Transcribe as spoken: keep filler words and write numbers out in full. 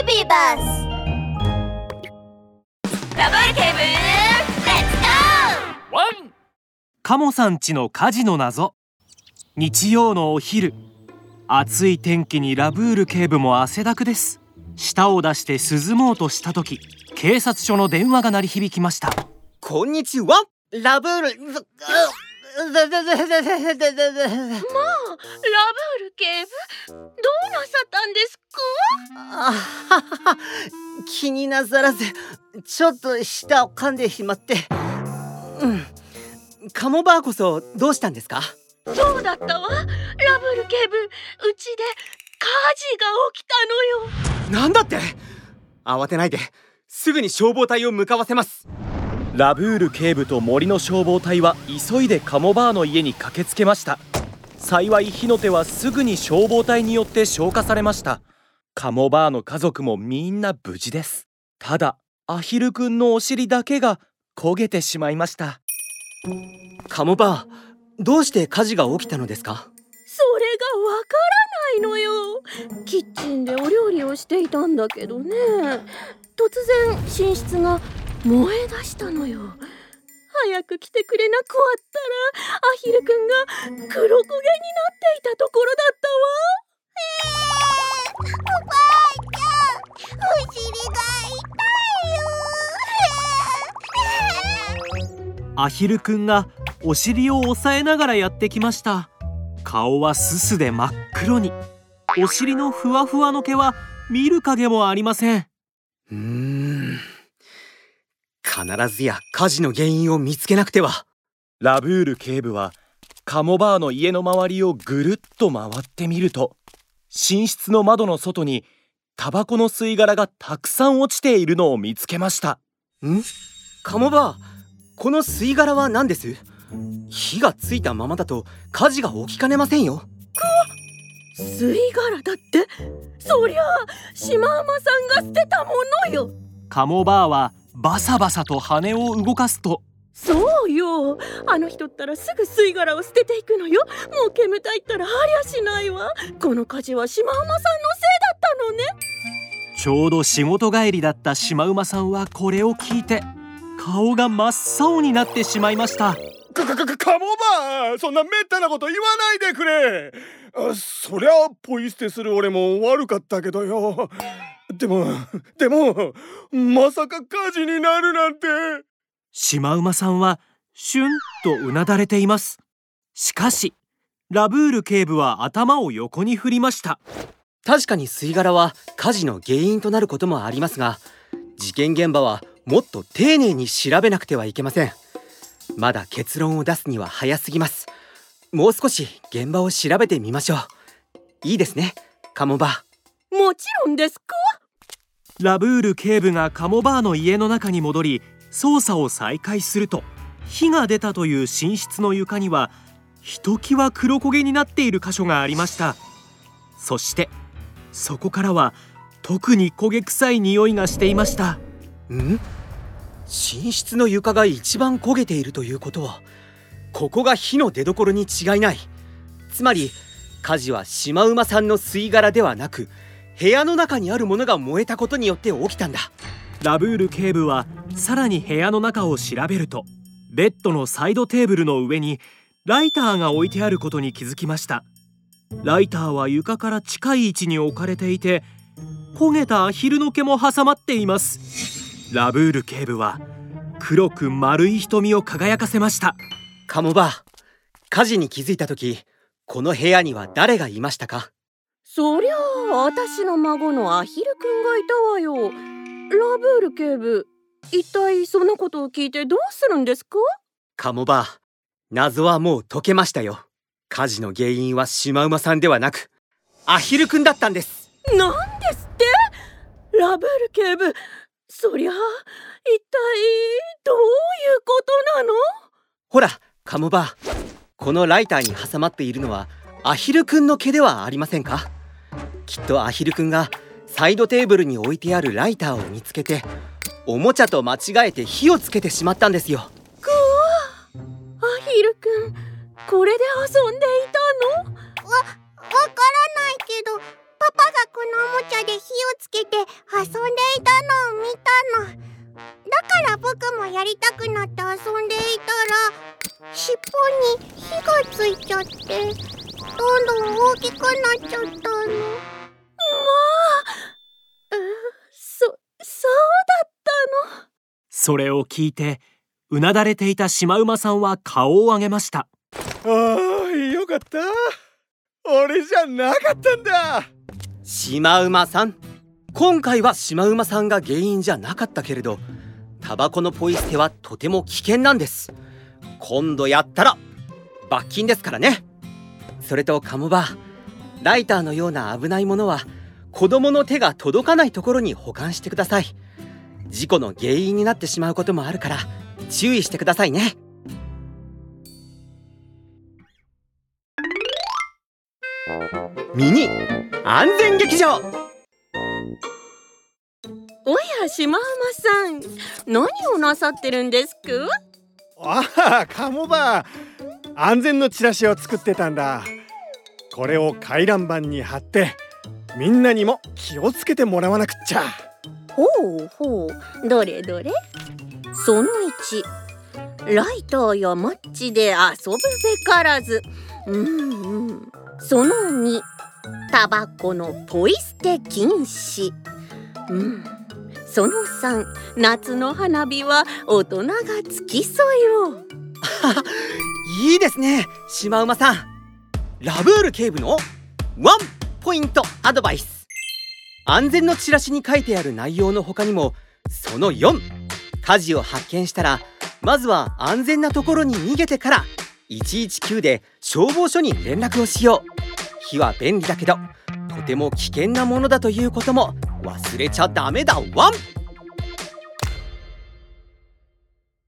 ビーバスラブール警部レッツゴー。ワンカモさん家の火事の謎。日曜のお昼、暑い天気にラブール警部も汗だくです。舌を出して涼もうとした時、警察署の電話が鳴り響きました。 こんにちは、ラブール。まあ、ラブール警部、どうなさったんですか？ あはは、気になさらずちょっと舌を噛んでしまって。うん、カモバーこそどうしたんですか？ そうだったわ、ラブール警部、うちで火事が起きたのよ。 なんだって？慌てないで、すぐに消防隊を向かわせます。 ラブール警部と森の消防隊は急いでカモバーの家に駆けつけました。幸い火の手はすぐに消防隊によって消火されました。カモバーの家族もみんな無事です。ただアヒルくんのお尻だけが焦げてしまいました。 カモバー、どうして火事が起きたのですか？ それがわからないのよ。キッチンでお料理をしていたんだけどね、突然寝室が燃え出したのよ。早く来てくれなくわったらアヒルくんが黒焦げになっていたところだったわ。えー、おばあちゃん、お尻が痛いよ。 アヒルくんがお尻を押さえながらやってきました。顔はすすで真っ黒に、お尻のふわふわの毛は見る影もありません。 うーん、必ずや火事の原因を見つけなくては。 ラブール警部はカモバーの家の周りをぐるっと回ってみると、寝室の窓の外にタバコの吸い殻がたくさん落ちているのを見つけました。 ん？カモバー、この吸い殻は何です？火がついたままだと火事が起きかねませんよ。 くわ、吸い殻だって？そりゃあシマウマさんが捨てたものよ。 カモバーはバサバサと羽を動かすと、 そうよ、あの人ったらすぐ吸い殻を捨てていくのよ。もう煙たいったらありゃしないわ。この火事はシマウマさんのせいだったのね。 ちょうど仕事帰りだったシマウマさんはこれを聞いて顔が真っ青になってしまいました。 かかかカモバー、そんなめったなこと言わないでくれ。あ、そりゃポイ捨てする俺も悪かったけどよ。でもでもまさか火事になるなんて。 シマウマさんはシュンとうなだれています。しかしラブール警部は頭を横に振りました。 確かに吸い殻は火事の原因となることもありますが、事件現場はもっと丁寧に調べなくてはいけません。まだ結論を出すには早すぎます。もう少し現場を調べてみましょう。いいですね、カモバー。もちろんですか？ ラブール警部がカモバーの家の中に戻り捜査を再開すると、火が出たという寝室の床にはひときわ黒焦げになっている箇所がありました。そしてそこからは特に焦げ臭い匂いがしていました。 ん？寝室の床が一番焦げているということは、ここが火の出所に違いない。つまり火事はシマウマさんの吸い殻ではなく、部屋の中にあるものが燃えたことによって起きたんだ。 ラブール警部はさらに部屋の中を調べると、ベッドのサイドテーブルの上にライターが置いてあることに気づきました。ライターは床から近い位置に置かれていて、焦げたアヒルの毛も挟まっています。ラブール警部は黒く丸い瞳を輝かせました。 カモバー、火事に気づいた時、この部屋には誰がいましたか？ そりゃあ私の孫のアヒルくんがいたわよ。ラブール警部、一体そのことを聞いてどうするんですか？ カモバー、謎はもう解けましたよ。火事の原因はシマウマさんではなくアヒルくんだったんです。 なんですって？ラブール警部、そりゃあ一体どういうことなの？ ほらカモバー、このライターに挟まっているのはアヒルくんの毛ではありませんか？きっとアヒルくんがサイドテーブルに置いてあるライターを見つけて、おもちゃと間違えて火をつけてしまったんですよ。 くわ、アヒルくん、これで遊んでいたの？ わ、わからないけど、パパがこのおもちゃで火をつけて遊んでいたのを見たの。だから僕もやりたくなって遊んでいたら、尻尾に火がついちゃって、どんどん大きくなっちゃったの。まあ、 うそ、そうだったの。 それを聞いてうなだれていたシマウマさんは顔を上げました。 ああ、よかった。俺じゃなかったんだ。 シマウマさん、今回はシマウマさんが原因じゃなかったけれど、タバコのポイ捨てはとても危険なんです。今度やったら罰金ですからね。それとカモバ、ライターのような危ないものは子供の手が届かないところに保管してください。事故の原因になってしまうこともあるから注意してくださいね。ミニ安全劇場。 おや、シマウマさん、何をなさってるんですか？ ああ、カモバ、安全のチラシを作ってたんだ。これを回覧板に貼ってみんなにも気をつけてもらわなくっちゃ。 ほうほう、どれどれ。そのいち、ライターやマッチで遊ぶべからず。うんうん。そのに、タバコのポイ捨て禁止。うん。そのさん、夏の花火は大人が付き添いを。 いいですね、シマウマさん。ラブール警部のワンポイントアドバイス。安全のチラシに書いてある内容の他にも、そのよん、火事を発見したらまずは安全なところに逃げてからいちいちきゅうで消防署に連絡をしよう。火は便利だけどとても危険なものだということも忘れちゃダメだワン。